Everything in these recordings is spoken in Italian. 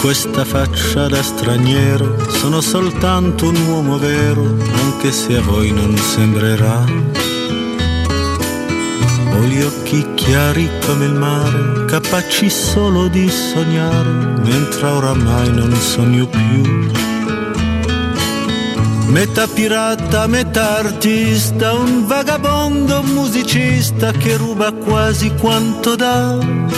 questa faccia da straniero sono soltanto un uomo vero, anche se a voi non sembrerà. Ho gli occhi chiari come il mare, capaci solo di sognare, mentre oramai non sogno più. Metà pirata, metà artista, un vagabondo musicista che ruba quasi quanto dà.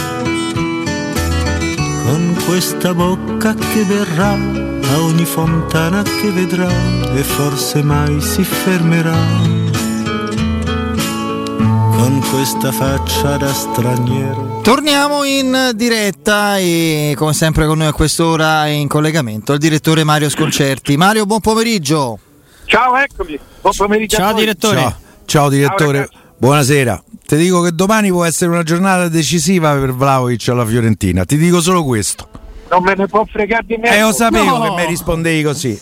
Con questa bocca che verrà a ogni fontana che vedrà e forse mai si fermerà. Con questa faccia da straniero. Torniamo in diretta e come sempre con noi a quest'ora in collegamento il direttore Mario Sconcerti. Mario, buon pomeriggio. Ciao, eccomi. Buon pomeriggio. Ciao direttore. Ciao direttore. Ciao, buonasera. Ti dico che domani può essere una giornata decisiva per Vlahovic alla Fiorentina. Ti dico solo questo. Non me ne può fregare di me. Lo sapevo che mi rispondevi così.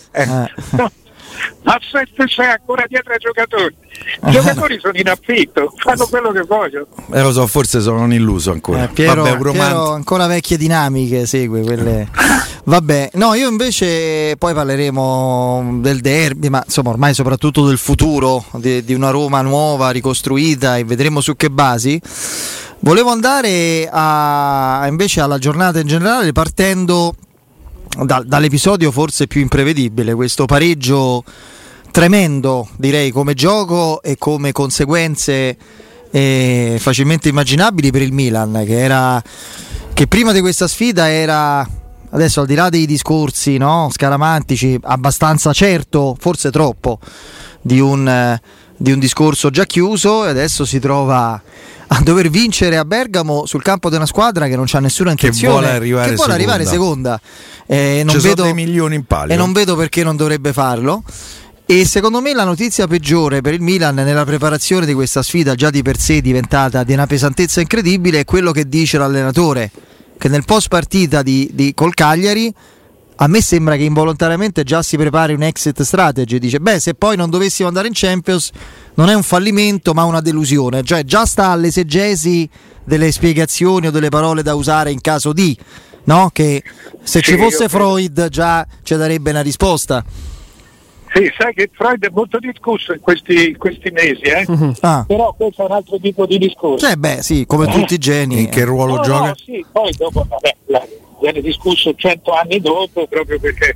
Ma sei ancora dietro ai giocatori. I giocatori sono in affitto, fanno quello che vogliono. Lo so, forse sono un illuso ancora. Piero ancora vecchie dinamiche segue quelle. Vabbè, no, io invece poi parleremo del derby, ma insomma ormai soprattutto del futuro di una Roma nuova, ricostruita, e vedremo su che basi. Volevo andare invece alla giornata in generale, partendo dall'episodio forse più imprevedibile, questo pareggio tremendo, direi, come gioco e come conseguenze facilmente immaginabili per il Milan, che prima di questa sfida era, adesso al di là dei discorsi, no, scaramantici, abbastanza certo, forse troppo, di un discorso già chiuso, e adesso si trova a dover vincere a Bergamo sul campo di una squadra che non c'ha nessuna intenzione, che vuole arrivare seconda. Non vedo dei milioni in palio. E non vedo perché non dovrebbe farlo. E secondo me la notizia peggiore per il Milan nella preparazione di questa sfida, già di per sé diventata di una pesantezza incredibile, è quello che dice l'allenatore, che nel post partita col Cagliari a me sembra che involontariamente già si prepari un exit strategy. Dice, se poi non dovessimo andare in Champions non è un fallimento ma una delusione, cioè già sta all'esegesi delle spiegazioni o delle parole da usare in caso di, no? Che se ci fosse Freud già ci darebbe una risposta. Sì, sai che Freud è molto discusso in questi mesi, però questo è un altro tipo di discorso. Sì, come tutti i geni. In che ruolo gioca? No, sì, poi dopo viene discusso 100 anni dopo, proprio perché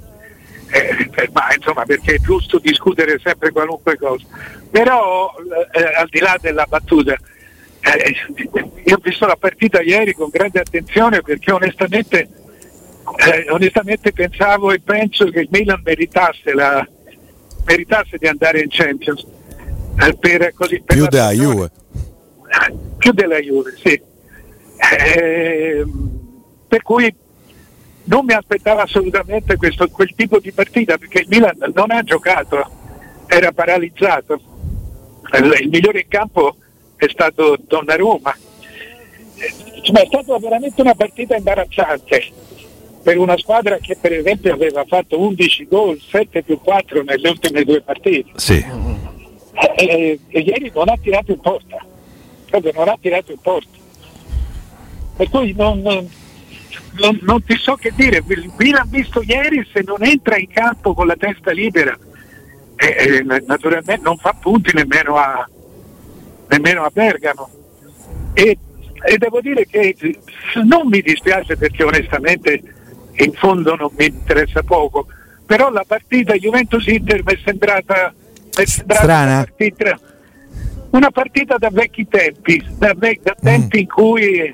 perché è giusto discutere sempre qualunque cosa. Però al di là della battuta, io ho visto la partita ieri con grande attenzione, perché onestamente pensavo e penso che il Milan meritasse di andare in Champions, più della Juve. Più della Juve, sì. Per cui non mi aspettavo assolutamente quel tipo di partita, perché il Milan non ha giocato, era paralizzato. Il migliore in campo è stato Donnarumma. È stata veramente una partita imbarazzante per una squadra che per esempio aveva fatto 11 gol, 7+4 nelle ultime due partite. Sì. E ieri non ha tirato in porta, proprio non ha tirato in porta. Per cui non ti so che dire. Il Milan visto ieri, se non entra in campo con la testa libera, naturalmente non fa punti nemmeno a Bergamo. E devo dire che non mi dispiace, perché onestamente in fondo non mi interessa poco, però la partita Juventus-Inter mi è sembrata strana, una partita da vecchi tempi, da tempi in cui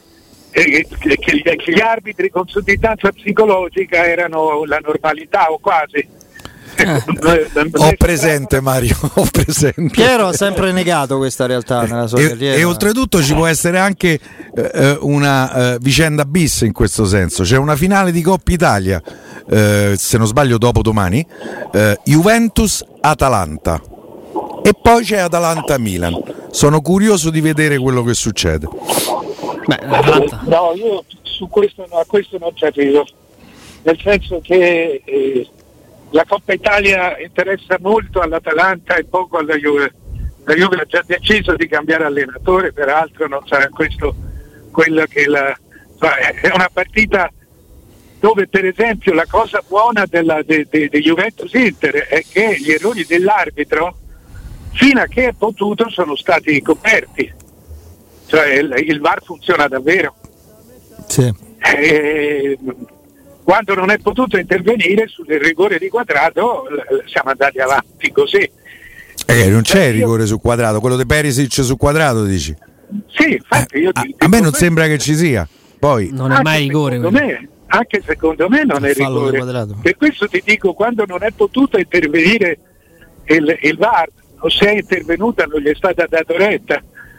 gli arbitri con sudditanza psicologica erano la normalità, o quasi. Ho presente, Mario, ho presente. Piero ha sempre negato questa realtà nella sua carriera. E oltretutto ci può essere anche una vicenda bis in questo senso. C'è una finale di Coppa Italia, se non sbaglio dopodomani, Juventus-Atalanta, e poi c'è Atalanta-Milan. Sono curioso di vedere quello che succede. No, io a questo non ci arrivo, nel senso che la Coppa Italia interessa molto all'Atalanta e poco alla Juve. La Juve ha già deciso di cambiare allenatore, peraltro non sarà questo quello che è una partita dove per esempio la cosa buona di Juventus-Inter è che gli errori dell'arbitro fino a che è potuto sono stati coperti, cioè il VAR funziona davvero. Sì. Quando non è potuto intervenire sul rigore di Quadrato siamo andati avanti così. Non c'è il rigore su Quadrato, quello di Perisic su Quadrato dici? Sì, infatti a me non sembra che ci sia. Poi non è mai rigore. Anche secondo me non è rigore. Per questo ti dico, quando non è potuto intervenire il VAR, o se è intervenuta non gli è stata data retta,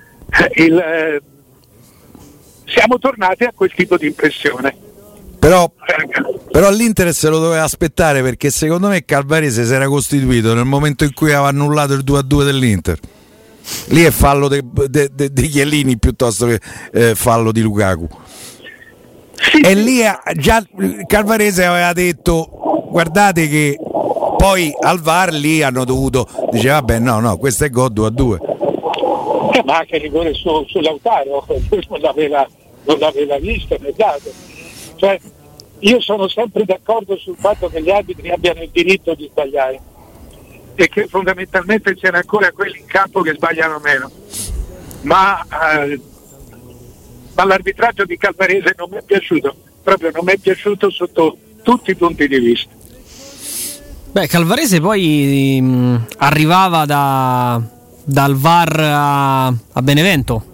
siamo tornati a quel tipo di impressione. Però l'Inter se lo doveva aspettare, perché secondo me Calvarese si era costituito nel momento in cui aveva annullato il 2-2 dell'Inter. Lì è fallo di Chiellini piuttosto che fallo di Lukaku. Sì, e lì già Calvarese aveva detto guardate che poi al VAR lì hanno dovuto, dice vabbè no questo è gol 2-2. Ma anche il rigore su Lautaro non l'aveva visto né dato. Cioè, io sono sempre d'accordo sul fatto che gli arbitri abbiano il diritto di sbagliare e che fondamentalmente siano ancora quelli in campo che sbagliano meno, ma l'arbitraggio di Calvarese non mi è piaciuto, proprio non mi è piaciuto sotto tutti i punti di vista. Beh, Calvarese poi arrivava dal VAR a Benevento.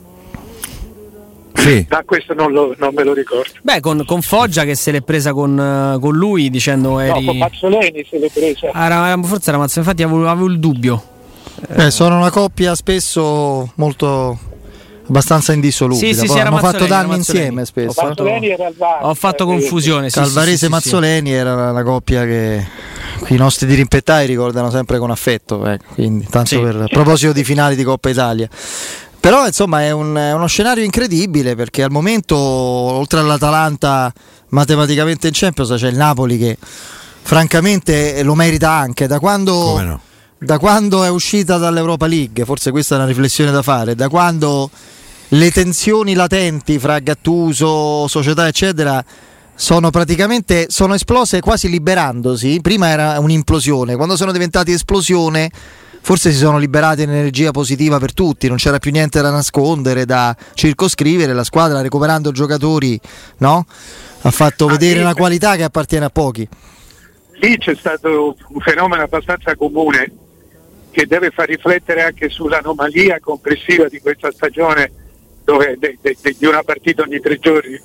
Sì. Da questo non me lo ricordo. Beh, con Foggia che se l'è presa con lui dicendo No, con Mazzoleni se l'è presa. Forse era Mazzoleni, infatti avevo il dubbio. Sono una coppia spesso molto abbastanza indissolubile. Sì, poi hanno Mazzoleni, fatto danni insieme spesso. Mazzoleni era al VAR. Ho fatto confusione. Calvarese e Mazzoleni era una coppia che i nostri dirimpettai ricordano sempre con affetto, quindi tanto per a proposito di finali di Coppa Italia. Però insomma è uno scenario incredibile, perché al momento oltre all'Atalanta matematicamente in Champions c'è il Napoli che francamente lo merita anche da quando è uscita dall'Europa League. Forse questa è una riflessione da fare, da quando le tensioni latenti fra Gattuso, società eccetera sono esplose quasi liberandosi. Prima era un'implosione, quando sono diventati esplosione forse si sono liberati in energia positiva per tutti, non c'era più niente da nascondere, da circoscrivere, la squadra recuperando giocatori, no? Ha fatto vedere una qualità che appartiene a pochi. Lì c'è stato un fenomeno abbastanza comune che deve far riflettere anche sull'anomalia complessiva di questa stagione, dove di una partita ogni 3 giorni.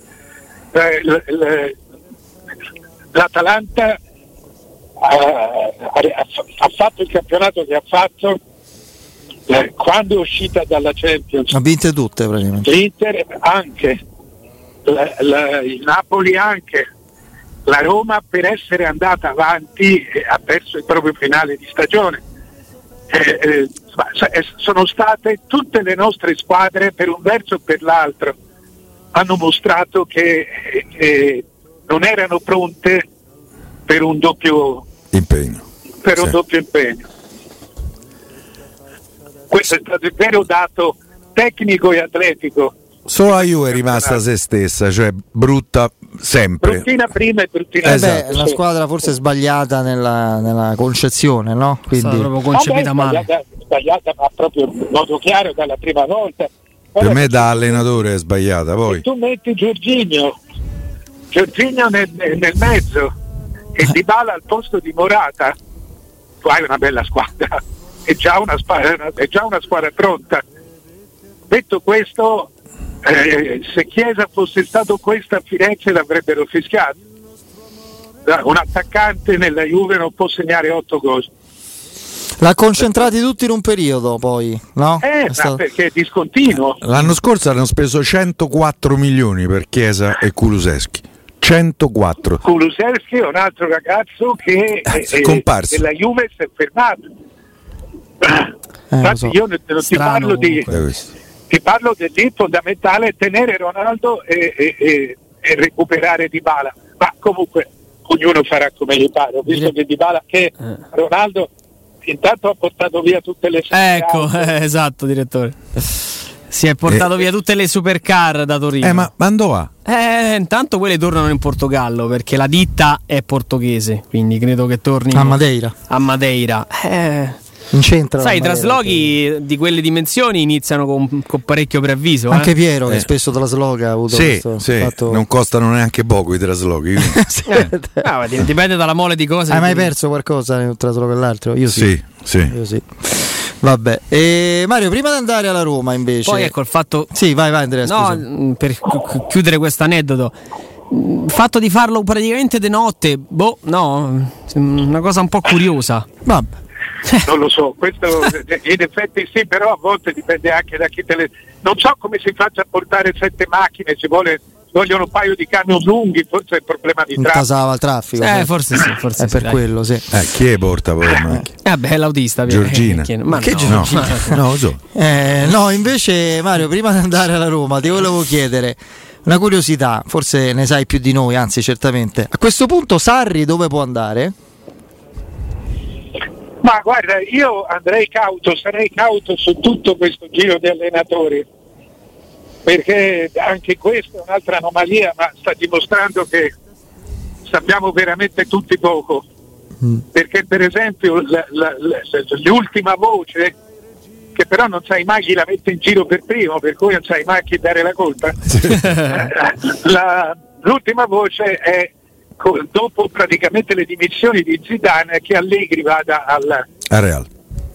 L'Atalanta ha fatto il campionato che ha fatto quando è uscita dalla Champions. Ha vinte tutte praticamente. L'Inter anche, il Napoli anche, la Roma per essere andata avanti ha perso il proprio finale di stagione. Sono state tutte le nostre squadre, per un verso o per l'altro, hanno mostrato che non erano pronte per un doppio impegno. Un doppio impegno. Questo è stato il vero dato tecnico e atletico. Solo la Juve è rimasta se stessa, cioè brutta sempre. Bruttina prima e bruttina dopo. Una squadra forse sbagliata nella concezione, no? Quindi proprio concepita male. Sbagliata, ma proprio in modo chiaro dalla prima volta. Per me da allenatore è sbagliata. Poi tu metti Jorginho nel mezzo e Dybala al posto di Morata, tu hai una bella squadra, è già una squadra pronta. Detto questo, se Chiesa fosse stato questo a Firenze l'avrebbero fischiato. Un attaccante nella Juve non può segnare 8 gol. L'ha concentrati tutti in un periodo, poi, no? Perché è discontinuo. L'anno scorso hanno speso 104 milioni per Chiesa e Kulusevski. 104. Kulusevski è un altro ragazzo che è comparso. Nella Juve si è fermato. Infatti io ti parlo del fondamentale tenere Ronaldo e recuperare Dybala, ma comunque ognuno farà come gli pare. Ho visto che Dybala Ronaldo intanto ha portato via tutte le esatto, direttore. Si è portato via tutte le supercar da Torino. Ma dove va? Intanto quelle tornano in Portogallo perché la ditta è portoghese, quindi credo che torni a Madeira. In centro. Sai, i traslochi di quelle dimensioni iniziano con parecchio preavviso. Anche Piero, che spesso trasloca, ha avuto questo fatto. Non costano neanche poco i traslochi. Dipende dalla mole di cose. Hai mai perso qualcosa in un trasloco e l'altro? Io sì. Io sì. Vabbè, Mario, prima di andare alla Roma invece. Poi ecco il fatto. Sì, vai Andrea. No, per chiudere questo aneddoto. Il fatto di farlo praticamente di notte, una cosa un po' curiosa. Vabbè. Non lo so, questo in effetti sì, però a volte dipende anche da chi non so come si faccia a portare 7 macchine, vogliono un paio di camion lunghi, forse è il problema di traffico. Intasava il traffico. Forse sì, è per quello, sì. Chi è porta poi? È l'autista, Giorgina. Ma che Giorgina? No, lo so. No, invece Mario, prima di andare alla Roma ti volevo chiedere una curiosità, forse ne sai più di noi, anzi certamente. A questo punto Sarri dove può andare? Ma guarda, io sarei cauto su tutto questo giro di allenatori, perché anche questa è un'altra anomalia, ma sta dimostrando che sappiamo veramente tutti poco. Perché per esempio l'ultima voce, che però non sai mai chi la mette in giro per primo, per cui non sai mai a chi dare la colpa, l'ultima voce è dopo praticamente le dimissioni di Zidane che Allegri vada al Real.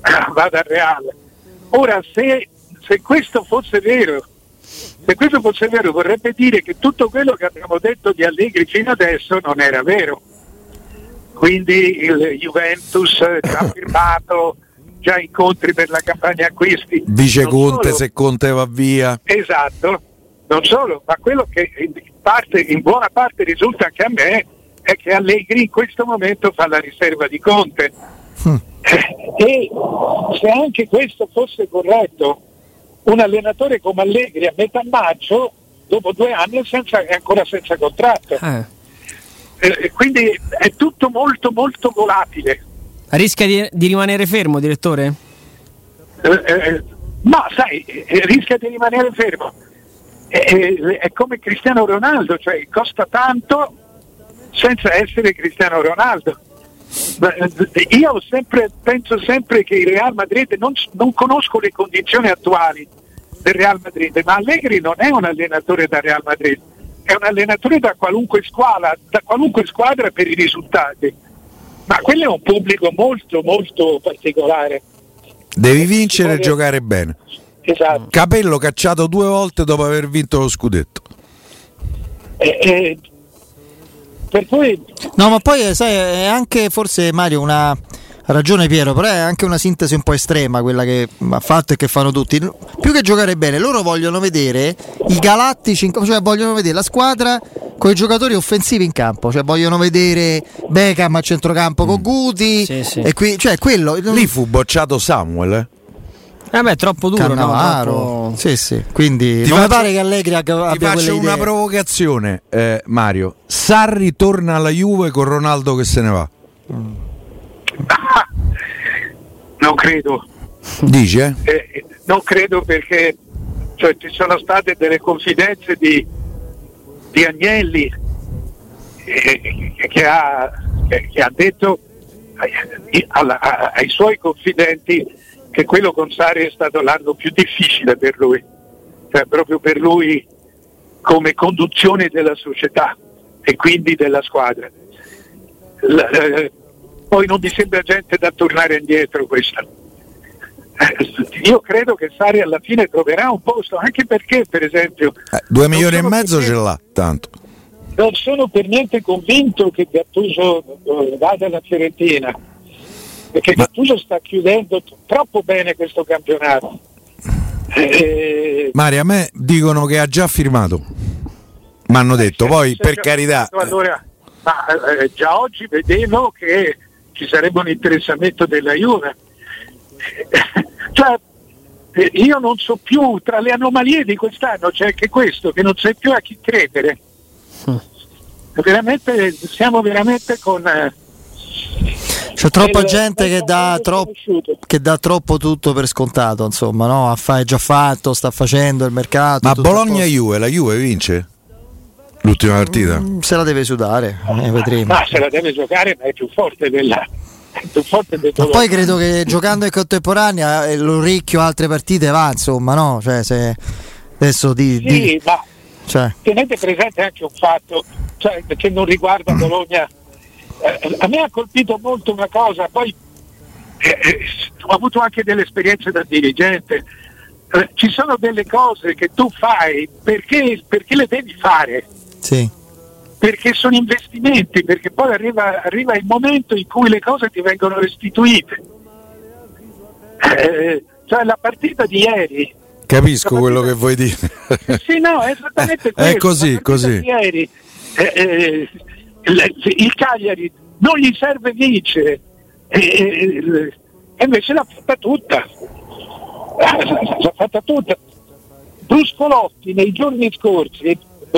Ora se questo fosse vero, vorrebbe dire che tutto quello che abbiamo detto di Allegri fino adesso non era vero. Quindi il Juventus ha firmato già incontri per la campagna acquisti. Dice Conte, se Conte va via. Esatto, non solo, ma quello che in buona parte risulta anche a me è che Allegri in questo momento fa la riserva di Conte. E se anche questo fosse corretto, un allenatore come Allegri a metà maggio, dopo 2 anni, è ancora senza contratto. Quindi è tutto molto molto volatile. Rischia di rimanere fermo, direttore? Ma sai, rischia di rimanere fermo. È come Cristiano Ronaldo, cioè costa tanto senza essere Cristiano Ronaldo. Io penso sempre che il Real Madrid, non conosco le condizioni attuali del Real Madrid, ma Allegri non è un allenatore da Real Madrid, è un allenatore da qualunque squadra per i risultati, ma quello è un pubblico molto molto particolare. Devi vincere e giocare bene. Esatto. Capello cacciato 2 volte dopo aver vinto lo scudetto. Per cui no, ma poi sai, è anche forse Mario ha ragione Piero, però è anche una sintesi un po' estrema quella che ha fatto e che fanno tutti. Più che giocare bene, loro vogliono vedere i galattici, cioè vogliono vedere la squadra con i giocatori offensivi in campo, cioè vogliono vedere Beckham a centrocampo con Guti, sì. E qui, cioè quello. Lì fu bocciato Samuel. Troppo duro, Cannavaro. No? Sì. Quindi non mi pare che Allegri abbia ti faccio una provocazione, Mario. Sarri torna alla Juve con Ronaldo che se ne va. Non credo. Dice? Non credo, perché ci sono state delle confidenze di Agnelli che ha detto ai suoi confidenti che quello con Sarri è stato l'anno più difficile per lui, cioè proprio per lui come conduzione della società e quindi della squadra. Poi non mi sembra gente da tornare indietro questa. Io credo che Sarri alla fine troverà un posto, anche perché per esempio 2 milioni e mezzo ce l'ha, tanto. Non sono per niente convinto che Gattuso vada alla Fiorentina, perché Gattuso sta chiudendo troppo bene questo campionato. Mario, a me dicono che ha già firmato, mi hanno detto, poi per carità. Allora, già oggi vedevo che ci sarebbe un interessamento della Juve. Cioè, io non so più, tra le anomalie di quest'anno c'è anche questo, che non sai più a chi credere. Veramente, siamo veramente con C'è troppa gente che dà troppo tutto per scontato, insomma, no? È già fatto, sta facendo il mercato. Ma Bologna-Juve, la Juve vince? L'ultima partita? Se la deve sudare, vedremo. Ma se la deve giocare, ma è più forte della. Ma poi credo che giocando in contemporanea l'orecchio altre partite va, insomma, no? Cioè, se adesso ma tenete presente anche un fatto, cioè, che non riguarda Bologna. A me ha colpito molto una cosa, poi ho avuto anche delle esperienze da dirigente. Ci sono delle cose che tu fai perché le devi fare. Sì. Perché sono investimenti, perché poi arriva il momento in cui le cose ti vengono restituite. Cioè la partita di ieri. Capisco quello che vuoi dire. Sì, no, è esattamente quello. È così. Di ieri, il Cagliari non gli serve vincere, e invece l'ha fatta tutta. Bruscolotti nei giorni scorsi,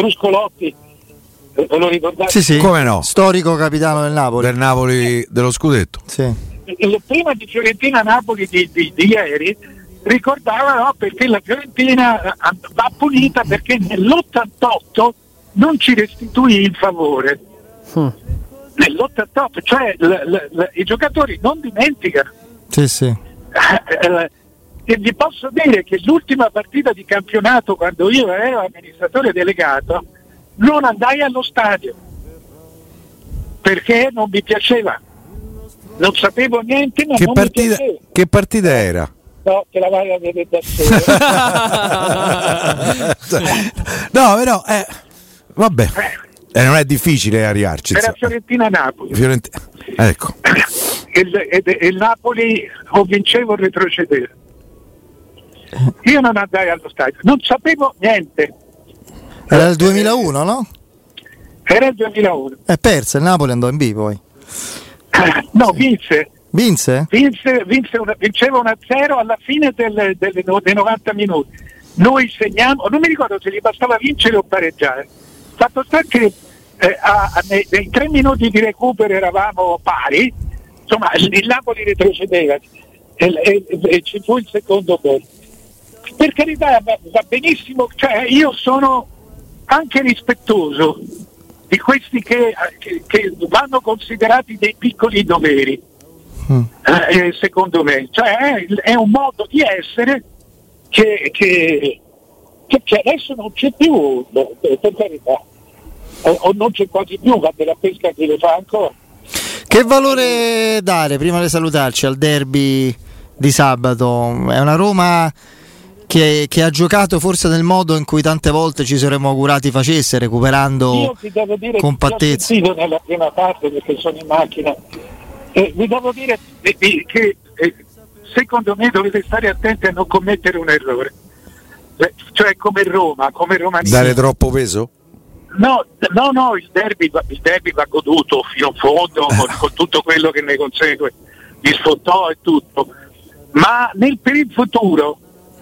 ve lo ricordate? Sì. Come no? Storico capitano del Napoli. Del Napoli dello scudetto. Sì. Prima di Fiorentina-Napoli di ieri ricordava, perché la Fiorentina va punita perché nell'88 non ci restituì il favore. Nell'88, cioè i giocatori non dimenticano. Sì. E vi posso dire che l'ultima partita di campionato, quando io ero amministratore delegato, non andai allo stadio perché non mi piaceva, non sapevo niente, ma non mi piaceva. Che partita era? No, te la vai a vedere da solo. No, però vabbè, non è difficile arrivarci. Era Fiorentina-Napoli. Ecco. Il Napoli o vinceva o retrocedeva. Io non andai allo stadio, non sapevo niente. Era il 2001, no? Era il 2001. È perso, il Napoli andò in B poi. No, vinse. Vinceva 1-0 alla fine dei 90 minuti. Noi segniamo, non mi ricordo se gli bastava vincere o pareggiare. Fatto sta che nei 3 minuti di recupero eravamo pari, insomma il Napoli retrocedeva e ci fu il secondo gol. Per carità, va benissimo, cioè io sono anche rispettoso di questi che vanno considerati dei piccoli doveri. Secondo me, cioè è un modo di essere che adesso non c'è più, per carità, o non c'è quasi più, va della pesca che lo fa ancora. Che valore dare, prima di salutarci, al derby di sabato? È una Roma che ha giocato forse nel modo in cui tante volte ci saremmo augurati facesse, recuperando io ti devo dire compattezza. Io ho sentito nella prima parte perché sono in macchina. Vi devo dire che secondo me dovete stare attenti a non commettere un errore, cioè come Roma, come romanisti. Dare troppo peso? No, il derby va goduto fino in fondo con tutto quello che ne consegue, gli sfottò e tutto, ma per il futuro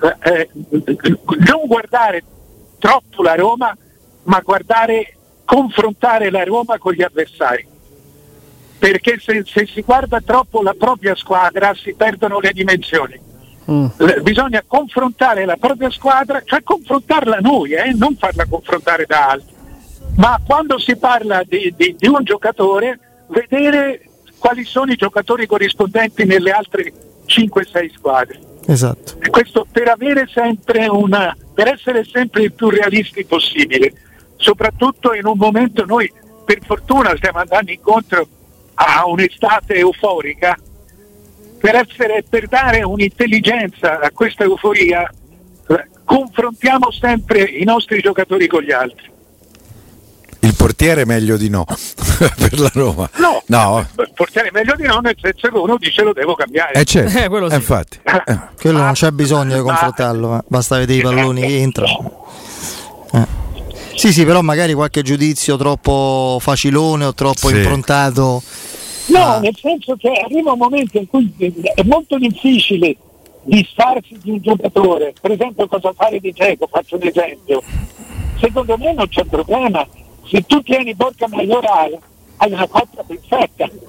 non guardare troppo la Roma, ma confrontare la Roma con gli avversari. Perché se si guarda troppo la propria squadra si perdono le dimensioni. Bisogna confrontare la propria squadra, cioè confrontarla noi, non farla confrontare da altri. Ma quando si parla di un giocatore, vedere quali sono i giocatori corrispondenti nelle altre 5-6 squadre. Esatto. E questo per avere sempre per essere sempre il più realisti possibile, soprattutto in un momento noi per fortuna stiamo andando incontro a un'estate euforica, per dare un'intelligenza a questa euforia confrontiamo sempre i nostri giocatori con gli altri. Il portiere meglio di no per la Roma. No. Il portiere meglio di no nel senso che uno dice lo devo cambiare. Certo. Quello sì. Infatti. Quello non c'è bisogno di confrontarlo, basta vedere i palloni che entrano. Sì, però magari qualche giudizio troppo facilone o troppo improntato. No, nel senso che arriva un momento in cui è molto difficile disfarsi di un giocatore. Per esempio cosa fare di Dzeko, faccio un esempio. Secondo me non c'è problema. Se tu tieni Borja Mayoral hai una coppia perfetta.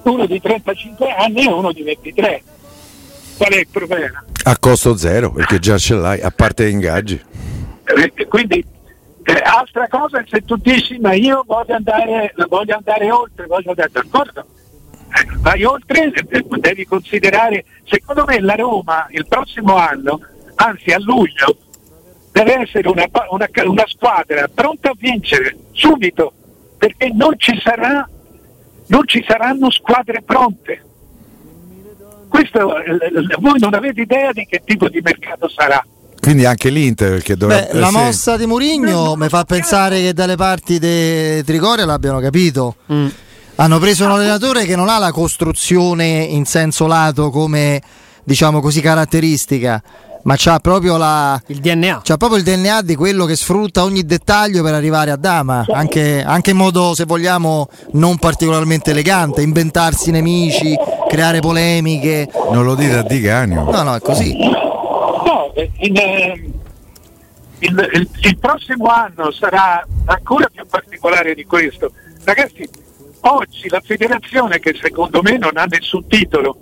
uno di 35 anni e uno di 23. Qual è il problema? A costo zero, perché già ce l'hai, a parte gli ingaggi. Quindi altra cosa è se tu dici ma io voglio andare oltre, voglio andare d'accordo, vai oltre, devi considerare, secondo me la Roma il prossimo anno, anzi a luglio, deve essere una squadra pronta a vincere subito, perché non ci saranno squadre pronte. Questo voi non avete idea di che tipo di mercato sarà. Quindi anche l'Inter, perché dovrebbe la mossa di Mourinho mi fa pensare che dalle parti di Trigoria l'abbiano capito. Hanno preso un allenatore che non ha la costruzione in senso lato come, diciamo così, caratteristica, ma c'ha proprio il DNA. C'ha proprio il DNA di quello che sfrutta ogni dettaglio per arrivare a Dama, anche in modo, se vogliamo, non particolarmente elegante, inventarsi nemici, creare polemiche. Non lo dite a Di Canio. No, è così. No, il prossimo anno sarà ancora più particolare di questo. Ragazzi, oggi la federazione, che secondo me non ha nessun titolo,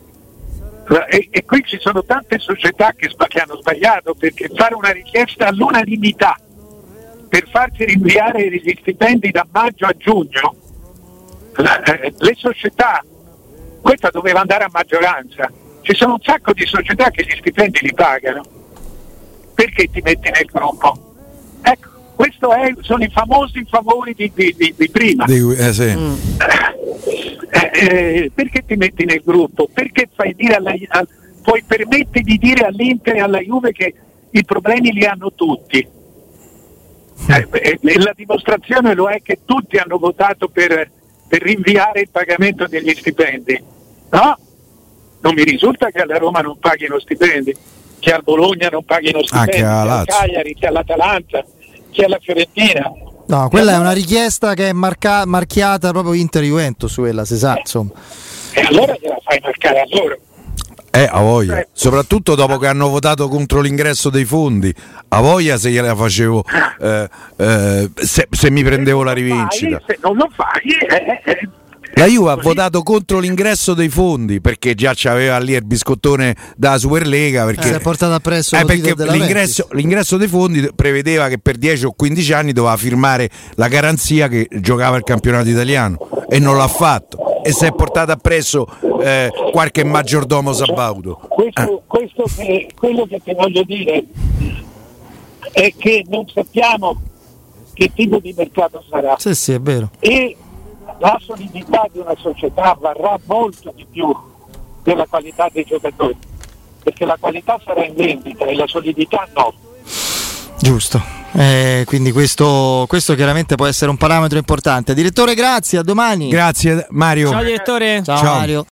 e qui ci sono tante società che hanno sbagliato, perché fare una richiesta all'unanimità per farsi rinviare gli stipendi da maggio a giugno, le società, questa doveva andare a maggioranza. Ci sono un sacco di società che gli stipendi li pagano. Perché ti metti nel gruppo? Ecco, questo sono i famosi favori di prima. Sì. Perché ti metti nel gruppo? Perché puoi permettere di dire all'Inter e alla Juve che i problemi li hanno tutti? La dimostrazione lo è che tutti hanno votato per rinviare il pagamento degli stipendi. No? Non mi risulta che alla Roma non paghino stipendi, che al Bologna non paghino stipendi, anche che al Cagliari, che all'Atalanta, che alla Fiorentina. No, quella è una richiesta che è marchiata proprio Inter-Juventus, quella, si sa, insomma. E allora gliela fai marcare a loro. A voglia, soprattutto dopo che hanno votato contro l'ingresso dei fondi. A voglia se gliela facevo, se mi prendevo la rivincita. Se non lo fai, la Juve ha votato contro l'ingresso dei fondi, perché già c'aveva lì il biscottone dalla Superlega, perché si è portato appresso perché l'ingresso dei fondi prevedeva che per 10 o 15 anni doveva firmare la garanzia che giocava il campionato italiano, e non l'ha fatto, e si è portato appresso qualche maggiordomo sabaudo. Quello che ti voglio dire è che non sappiamo che tipo di mercato sarà. Sì, è vero. E la solidità di una società varrà molto di più della qualità dei giocatori, perché la qualità sarà in vendita e la solidità no. Giusto, quindi questo chiaramente può essere un parametro importante. Direttore, grazie, a domani. Grazie Mario. Ciao direttore. Ciao. Mario.